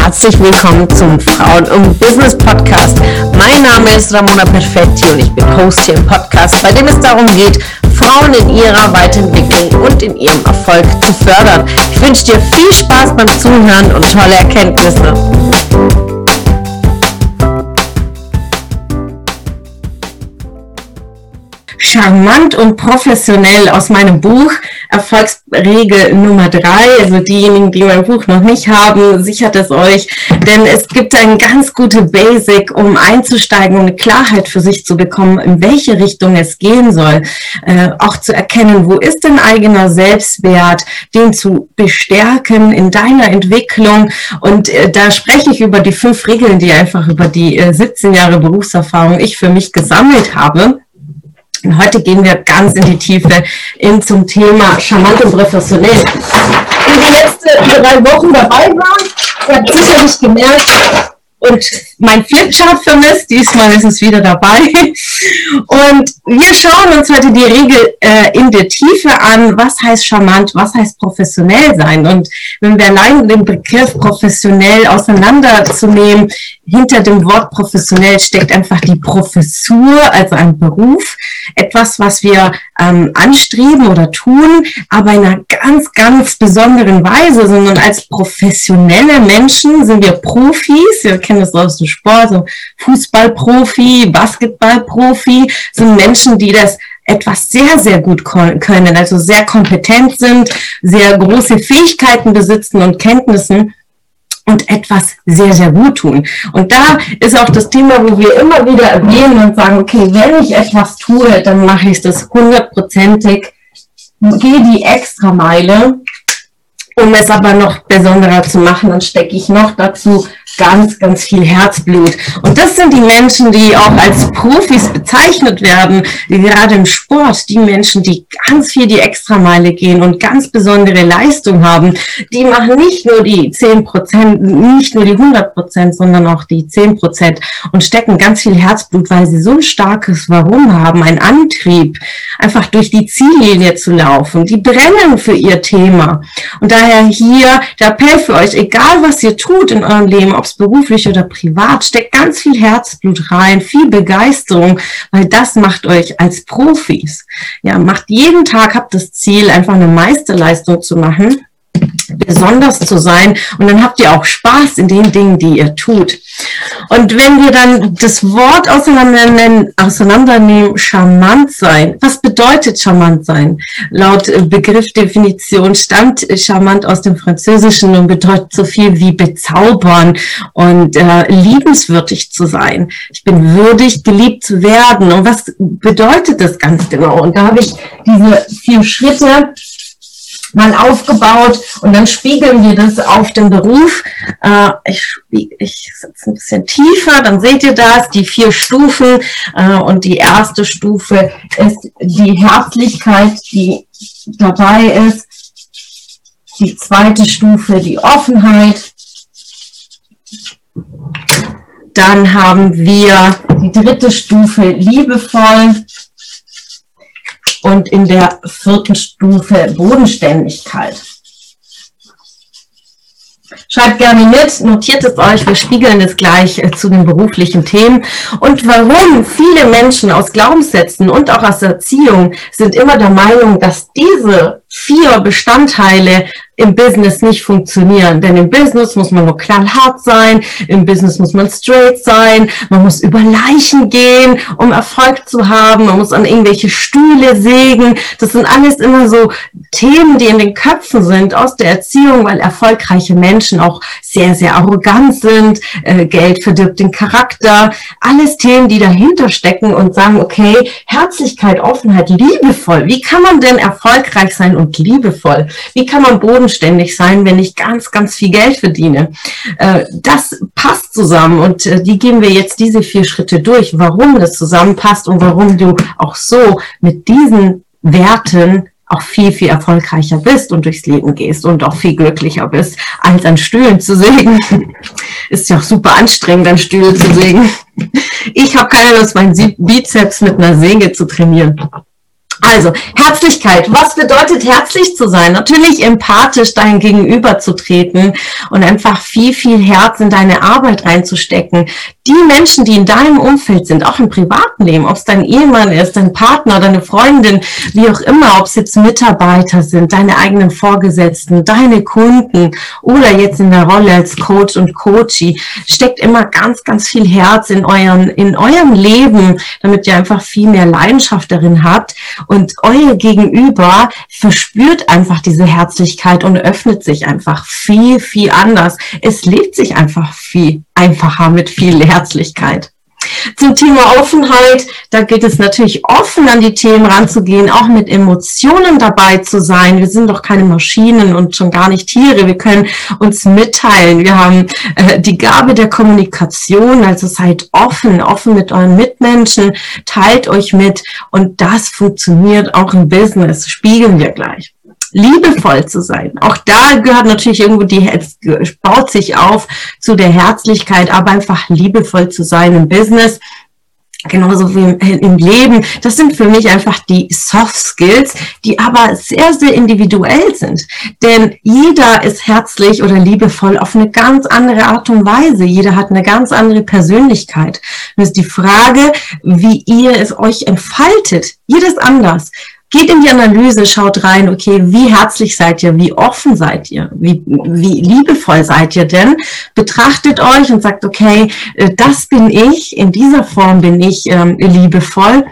herzlich willkommen zum Frauen und Business Podcast. Mein Name ist Ramona Perfetti und ich bin Host hier im Podcast, bei dem es darum geht, Frauen in ihrer Weiterentwicklung und in ihrem Erfolg zu fördern. Ich wünsche dir viel Spaß beim Zuhören und tolle Erkenntnisse. Charmant und professionell aus meinem Buch Erfolgsregel Nummer 3. Also diejenigen, die mein Buch noch nicht haben, sichert es euch, denn es gibt eine ganz gute Basic, um einzusteigen und eine Klarheit für sich zu bekommen, in welche Richtung es gehen soll. Auch zu erkennen, wo ist denn eigener Selbstwert, den zu bestärken in deiner Entwicklung. Und da spreche ich über die 5 Regeln, die einfach über die 17 Jahre Berufserfahrung ich für mich gesammelt habe. Und heute gehen wir ganz in die Tiefe zum Thema charmant und professionell. Wer die letzten 3 Wochen dabei war, hat sicherlich gemerkt und mein Flipchart vermisst. Diesmal ist es wieder dabei. Und wir schauen uns heute die Regel in der Tiefe an. Was heißt charmant? Was heißt professionell sein? Und wenn wir allein den Begriff professionell auseinanderzunehmen, hinter dem Wort professionell steckt einfach die Professur, also ein Beruf, etwas, was wir anstreben oder tun, aber in einer ganz, ganz besonderen Weise, sondern als professionelle Menschen sind wir Profis. Wir kennen das aus dem Sport, so Fußballprofi, Basketballprofi, sind Menschen, die das etwas sehr, sehr gut können, also sehr kompetent sind, sehr große Fähigkeiten besitzen und Kenntnissen und etwas sehr, sehr gut tun. Und da ist auch das Thema, wo wir immer wieder erwähnen und sagen, okay, wenn ich etwas tue, dann mache ich das 100%ig, gehe die Extrameile, um es aber noch besonderer zu machen, dann stecke ich noch dazu ganz, ganz viel Herzblut. Und das sind die Menschen, die auch als Profis bezeichnet werden, die gerade im Sport, die Menschen, die ganz viel die Extrameile gehen und ganz besondere Leistung haben, die machen nicht nur die 10%, nicht nur die 100%, sondern auch die 10% und stecken ganz viel Herzblut, weil sie so ein starkes Warum haben, einen Antrieb, einfach durch die Ziellinie zu laufen. Die brennen für ihr Thema. Und daher hier der Appell für euch, egal was ihr tut in eurem Leben, ob es beruflich oder privat, steckt ganz viel Herzblut rein, viel Begeisterung, weil das macht euch als Profis. Ja, macht jeden Tag, habt das Ziel, einfach eine Meisterleistung zu machen, besonders zu sein, und dann habt ihr auch Spaß in den Dingen, die ihr tut. Und wenn wir dann das Wort auseinandernehmen, charmant sein, was bedeutet charmant sein? Laut Begriffsdefinition stammt charmant aus dem Französischen und bedeutet so viel wie bezaubern und liebenswürdig zu sein. Ich bin würdig, geliebt zu werden. Und was bedeutet das ganz genau? Und da habe ich diese 4 Schritte mal aufgebaut und dann spiegeln wir das auf den Beruf. Ich sitze ein bisschen tiefer, dann seht ihr das, die 4 Stufen, und die erste Stufe ist die Herzlichkeit, die dabei ist. Die zweite Stufe, die Offenheit. Dann haben wir die 3. Stufe, liebevoll. Und in der 4. Stufe Bodenständigkeit. Schreibt gerne mit, notiert es euch, wir spiegeln es gleich zu den beruflichen Themen. Und warum viele Menschen aus Glaubenssätzen und auch aus Erziehung sind immer der Meinung, dass diese 4 Bestandteile im Business nicht funktionieren. Denn im Business muss man nur knallhart sein, im Business muss man straight sein, man muss über Leichen gehen, um Erfolg zu haben, man muss an irgendwelche Stühle sägen. Das sind alles immer so Themen, die in den Köpfen sind aus der Erziehung, weil erfolgreiche Menschen auch sehr, sehr arrogant sind, Geld verdirbt den Charakter, alles Themen, die dahinter stecken und sagen, okay, Herzlichkeit, Offenheit, liebevoll. Wie kann man denn erfolgreich sein und liebevoll? Wie kann man bodenständig sein, wenn ich ganz, ganz viel Geld verdiene? Das passt zusammen und die gehen wir jetzt diese 4 Schritte durch, warum das zusammenpasst und warum du auch so mit diesen Werten auch viel, viel erfolgreicher bist und durchs Leben gehst und auch viel glücklicher bist, als an Stühlen zu sägen. Ist ja auch super anstrengend, an Stühle zu sägen. Ich habe keine Lust, meinen Bizeps mit einer Säge zu trainieren. Also, Herzlichkeit. Was bedeutet herzlich zu sein? Natürlich empathisch dein Gegenüber zu treten und einfach viel, viel Herz in deine Arbeit reinzustecken. Die Menschen, die in deinem Umfeld sind, auch im privaten Leben, ob es dein Ehemann ist, dein Partner, deine Freundin, wie auch immer, ob es jetzt Mitarbeiter sind, deine eigenen Vorgesetzten, deine Kunden oder jetzt in der Rolle als Coach und Coachie, steckt immer ganz, ganz viel Herz in eurem Leben, damit ihr einfach viel mehr Leidenschaft darin habt. Und euer Gegenüber verspürt einfach diese Herzlichkeit und öffnet sich einfach viel, viel anders. Es lebt sich einfach viel einfacher mit viel Herzlichkeit. Zum Thema Offenheit, da geht es natürlich offen an die Themen ranzugehen, auch mit Emotionen dabei zu sein. Wir sind doch keine Maschinen und schon gar nicht Tiere. Wir können uns mitteilen. Wir haben die Gabe der Kommunikation, also seid offen mit euren Mitmenschen, teilt euch mit und das funktioniert auch im Business, spiegeln wir gleich. Liebevoll zu sein. Auch da gehört natürlich irgendwo baut sich auf zu der Herzlichkeit, aber einfach liebevoll zu sein im Business, genauso wie im Leben. Das sind für mich einfach die Soft Skills, die aber sehr, sehr individuell sind. Denn jeder ist herzlich oder liebevoll auf eine ganz andere Art und Weise. Jeder hat eine ganz andere Persönlichkeit. Und es ist die Frage, wie ihr es euch entfaltet. Jeder ist anders. Geht in die Analyse, schaut rein, okay, wie herzlich seid ihr, wie offen seid ihr, wie liebevoll seid ihr denn? Betrachtet euch und sagt, okay, das bin ich, in dieser Form bin ich liebevoll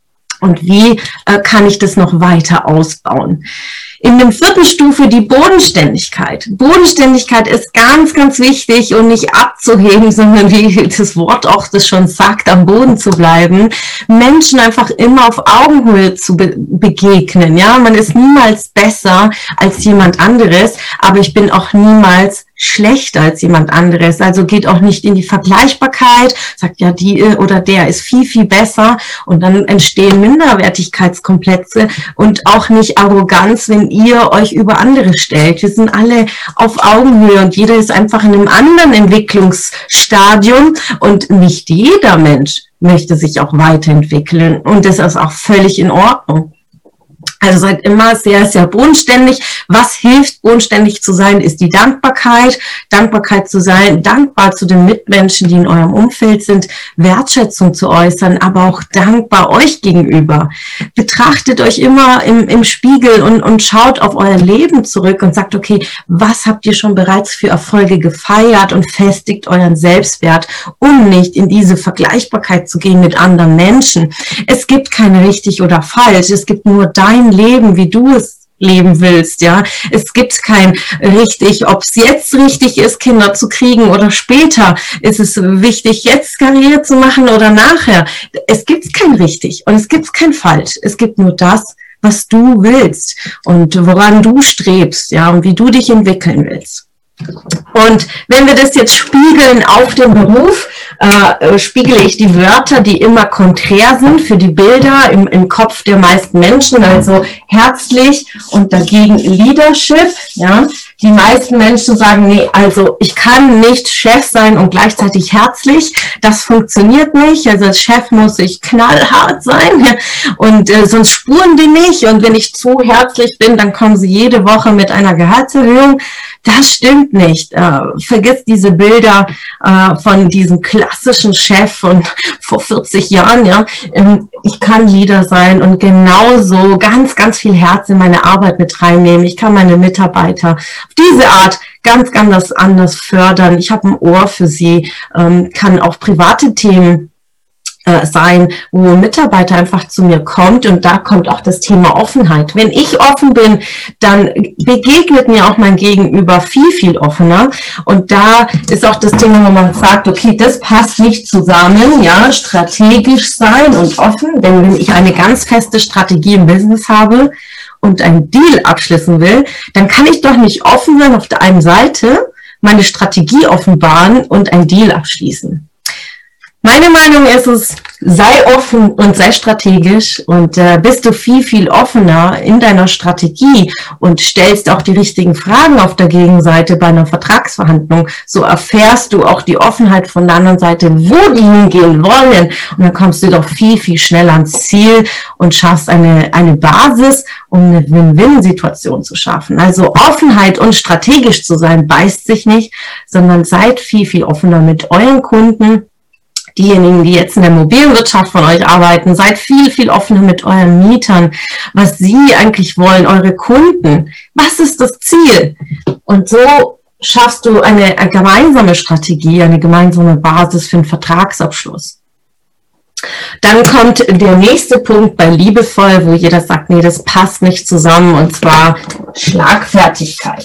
und wie kann ich das noch weiter ausbauen? In der 4. Stufe die Bodenständigkeit. Bodenständigkeit ist ganz, ganz wichtig und nicht abzuheben, sondern wie das Wort auch das schon sagt, am Boden zu bleiben. Menschen einfach immer auf Augenhöhe zu begegnen. Ja, man ist niemals besser als jemand anderes, aber ich bin auch niemals schlechter als jemand anderes. Also geht auch nicht in die Vergleichbarkeit, sagt ja, die oder der ist viel, viel besser und dann entstehen Minderwertigkeitskomplexe und auch nicht Arroganz, wenn ihr euch über andere stellt. Wir sind alle auf Augenhöhe und jeder ist einfach in einem anderen Entwicklungsstadium und nicht jeder Mensch möchte sich auch weiterentwickeln und das ist auch völlig in Ordnung. Also seid immer sehr, sehr bodenständig. Was hilft, bodenständig zu sein, ist die Dankbarkeit. Dankbarkeit zu sein, dankbar zu den Mitmenschen, die in eurem Umfeld sind, Wertschätzung zu äußern, aber auch dankbar euch gegenüber. Betrachtet euch immer im Spiegel und schaut auf euer Leben zurück und sagt, okay, was habt ihr schon bereits für Erfolge gefeiert und festigt euren Selbstwert, um nicht in diese Vergleichbarkeit zu gehen mit anderen Menschen. Es gibt kein richtig oder falsch, es gibt nur dein Leben, wie du es leben willst, ja. Es gibt kein richtig, ob es jetzt richtig ist, Kinder zu kriegen oder später. Ist es wichtig, jetzt Karriere zu machen oder nachher? Es gibt kein richtig und es gibt kein falsch. Es gibt nur das, was du willst und woran du strebst, ja, und wie du dich entwickeln willst. Und wenn wir das jetzt spiegeln auf den Beruf, spiegele ich die Wörter, die immer konträr sind für die Bilder im Kopf der meisten Menschen, also herzlich und dagegen Leadership, ja. Die meisten Menschen sagen, nee, also ich kann nicht Chef sein und gleichzeitig herzlich. Das funktioniert nicht. Also als Chef muss ich knallhart sein, ja, und sonst spuren die nicht. Und wenn ich zu herzlich bin, dann kommen sie jede Woche mit einer Gehaltserhöhung. Das stimmt nicht. Vergiss diese Bilder von diesem klassischen Chef von vor 40 Jahren. Ja, ich kann Leader sein und genauso ganz, ganz viel Herz in meine Arbeit mit reinnehmen. Ich kann meine Mitarbeiter auf diese Art ganz, ganz anders fördern. Ich habe ein Ohr für sie, kann auch private Themen sein, wo ein Mitarbeiter einfach zu mir kommt und da kommt auch das Thema Offenheit. Wenn ich offen bin, dann begegnet mir auch mein Gegenüber viel, viel offener und da ist auch das Thema, wo man sagt, okay, das passt nicht zusammen, ja, strategisch sein und offen, denn wenn ich eine ganz feste Strategie im Business habe und einen Deal abschließen will, dann kann ich doch nicht offen sein auf der einen Seite, meine Strategie offenbaren und einen Deal abschließen. Meine Meinung ist es, sei offen und sei strategisch und bist du viel, viel offener in deiner Strategie und stellst auch die richtigen Fragen auf der Gegenseite bei einer Vertragsverhandlung, so erfährst du auch die Offenheit von der anderen Seite, wo die hingehen wollen, und dann kommst du doch viel, viel schneller ans Ziel und schaffst eine Basis, um eine Win-Win-Situation zu schaffen. Also Offenheit und strategisch zu sein, beißt sich nicht, sondern seid viel, viel offener mit euren Kunden. Diejenigen, die jetzt in der Immobilienwirtschaft von euch arbeiten, seid viel, viel offener mit euren Mietern, was sie eigentlich wollen, eure Kunden. Was ist das Ziel? Und so schaffst du eine gemeinsame Strategie, eine gemeinsame Basis für einen Vertragsabschluss. Dann kommt der nächste Punkt bei liebevoll, wo jeder sagt, nee, das passt nicht zusammen, und zwar Schlagfertigkeit.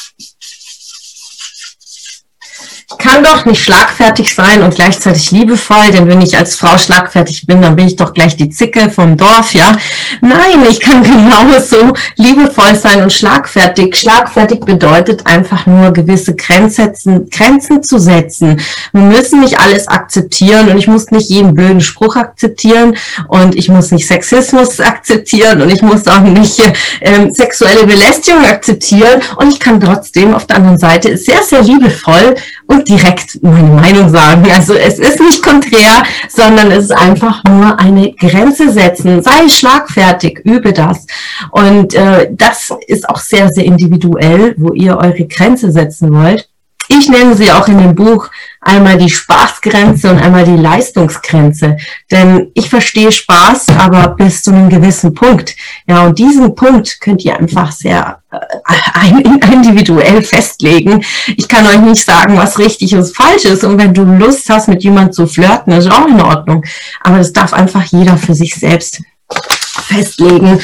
Kann doch nicht schlagfertig sein und gleichzeitig liebevoll, denn wenn ich als Frau schlagfertig bin, dann bin ich doch gleich die Zicke vom Dorf, ja. Nein, ich kann genauso liebevoll sein und schlagfertig. Schlagfertig bedeutet einfach nur gewisse Grenzen zu setzen. Wir müssen nicht alles akzeptieren und ich muss nicht jeden blöden Spruch akzeptieren und ich muss nicht Sexismus akzeptieren und ich muss auch nicht sexuelle Belästigung akzeptieren, und ich kann trotzdem auf der anderen Seite sehr, sehr liebevoll und direkt meine Meinung sagen. Also es ist nicht konträr, sondern es ist einfach nur eine Grenze setzen. Sei schlagfertig, übe das. Und das ist auch sehr, sehr individuell, wo ihr eure Grenze setzen wollt. Ich nenne sie auch in dem Buch einmal die Spaßgrenze und einmal die Leistungsgrenze. Denn ich verstehe Spaß, aber bis zu einem gewissen Punkt. Ja, und diesen Punkt könnt ihr einfach sehr individuell festlegen. Ich kann euch nicht sagen, was richtig und falsch ist. Und wenn du Lust hast, mit jemandem zu flirten, ist auch in Ordnung. Aber das darf einfach jeder für sich selbst festlegen,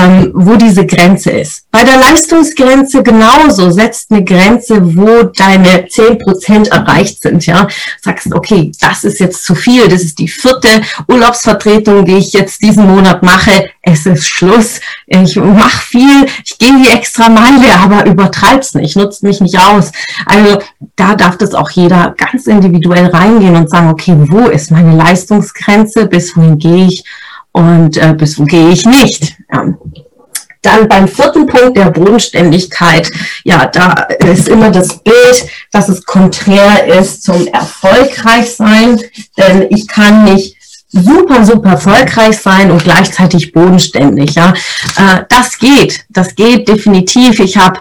wo diese Grenze ist. Bei der Leistungsgrenze genauso, setzt eine Grenze, wo deine 10% erreicht sind, ja. Sagst, okay, das ist jetzt zu viel, das ist die 4. Urlaubsvertretung, die ich jetzt diesen Monat mache, es ist Schluss, ich mache viel, ich gehe die extra Meile, aber übertreib's nicht, nutzt mich nicht aus. Also da darf das auch jeder ganz individuell reingehen und sagen, okay, wo ist meine Leistungsgrenze, bis wohin gehe ich und bis wo gehe ich nicht. Ja. Dann beim 4. Punkt der Bodenständigkeit, ja, da ist immer das Bild, dass es konträr ist zum Erfolgreichsein, denn ich kann nicht super, super erfolgreich sein und gleichzeitig bodenständig, ja. Das geht definitiv. Ich habe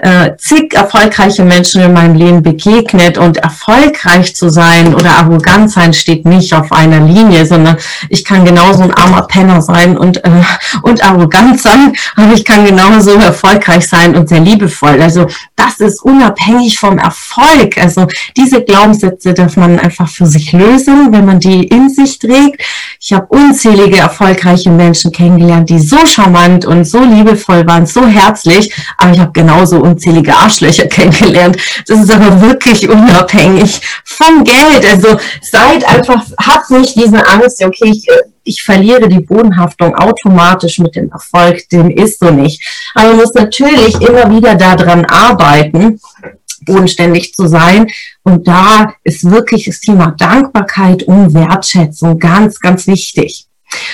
zig erfolgreiche Menschen in meinem Leben begegnet, und erfolgreich zu sein oder arrogant sein steht nicht auf einer Linie, sondern ich kann genauso ein armer Penner sein und arrogant sein, aber ich kann genauso erfolgreich sein und sehr liebevoll. Also das ist unabhängig vom Erfolg. Also diese Glaubenssätze darf man einfach für sich lösen, wenn man die in sich trägt. Ich habe unzählige erfolgreiche Menschen kennengelernt, die so charmant und so liebevoll waren, so herzlich, aber ich habe genauso unzählige Arschlöcher kennengelernt. Das ist aber wirklich unabhängig vom Geld. Also seid einfach, habt nicht diese Angst, okay, ich verliere die Bodenhaftung automatisch mit dem Erfolg, dem ist so nicht. Aber man muss natürlich immer wieder daran arbeiten, bodenständig zu sein. Und da ist wirklich das Thema Dankbarkeit und Wertschätzung ganz, ganz wichtig.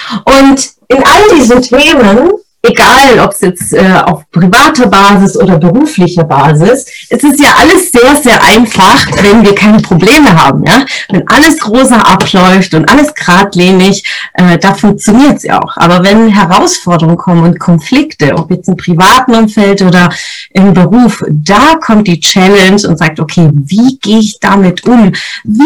Und in all diesen Themen, egal ob es jetzt auf privater Basis oder beruflicher Basis, es ist ja alles sehr, sehr einfach, wenn wir keine Probleme haben. Ja? Wenn alles rosa abläuft und alles geradlinig, da funktioniert es ja auch. Aber wenn Herausforderungen kommen und Konflikte, ob jetzt im privaten Umfeld oder im Beruf, da kommt die Challenge und sagt, okay, wie gehe ich damit um?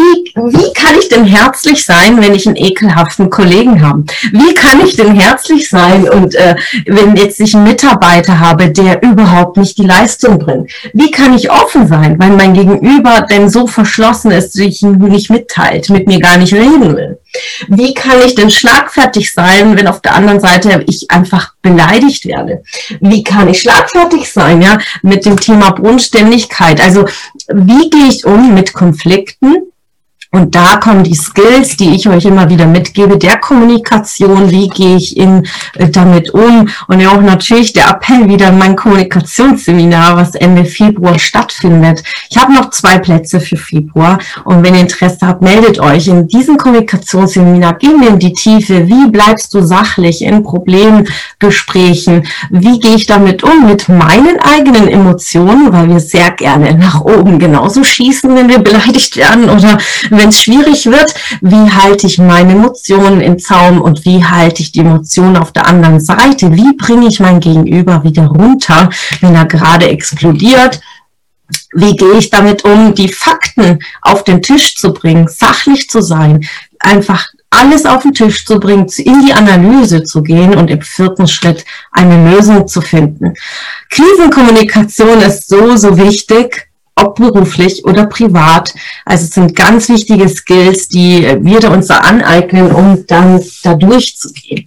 Wie kann ich denn herzlich sein, wenn ich einen ekelhaften Kollegen habe? Wie kann ich denn herzlich sein und wenn jetzt ich einen Mitarbeiter habe, der überhaupt nicht die Leistung bringt? Wie kann ich offen sein, weil mein Gegenüber denn so verschlossen ist, sich nicht mitteilt, mit mir gar nicht reden will? Wie kann ich denn schlagfertig sein, wenn auf der anderen Seite ich einfach beleidigt werde? Wie kann ich schlagfertig sein, ja, mit dem Thema Bodenständigkeit? Also wie gehe ich um mit Konflikten? Und da kommen die Skills, die ich euch immer wieder mitgebe, der Kommunikation, wie gehe ich damit um, und ja auch natürlich der Appell wieder in mein Kommunikationsseminar, was Ende Februar stattfindet. Ich habe noch 2 Plätze für Februar, und wenn ihr Interesse habt, meldet euch. In diesem Kommunikationsseminar gehen wir in die Tiefe. Wie bleibst du sachlich in Problemgesprächen? Wie gehe ich damit um mit meinen eigenen Emotionen, weil wir sehr gerne nach oben genauso schießen, wenn wir beleidigt werden oder wenn es schwierig wird. Wie halte ich meine Emotionen im Zaum und wie halte ich die Emotionen auf der anderen Seite? Wie bringe ich mein Gegenüber wieder runter, wenn er gerade explodiert? Wie gehe ich damit um, die Fakten auf den Tisch zu bringen, sachlich zu sein, einfach alles auf den Tisch zu bringen, in die Analyse zu gehen und im 4. Schritt eine Lösung zu finden. Krisenkommunikation ist so wichtig, ob beruflich oder privat. Also es sind ganz wichtige Skills, die wir uns da aneignen, um dann da durchzugehen.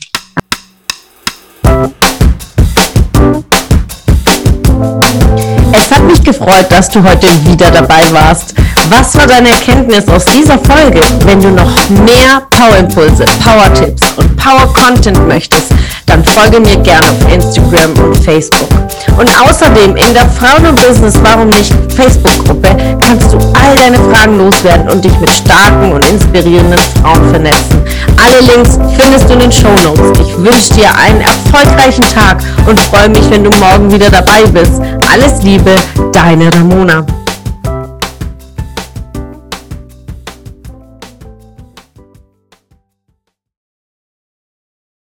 Es hat mich gefreut, dass du heute wieder dabei warst. Was war deine Erkenntnis aus dieser Folge? Wenn du noch mehr Power-Impulse, Power-Tipps und Power-Content möchtest, dann folge mir gerne auf Instagram und Facebook. Und außerdem in der Frauen und Business Warum nicht Facebook-Gruppe kannst du all deine Fragen loswerden und dich mit starken und inspirierenden Frauen vernetzen. Alle Links findest du in den Shownotes. Ich wünsche dir einen erfolgreichen Tag und freue mich, wenn du morgen wieder dabei bist. Alles Liebe, deine Ramona.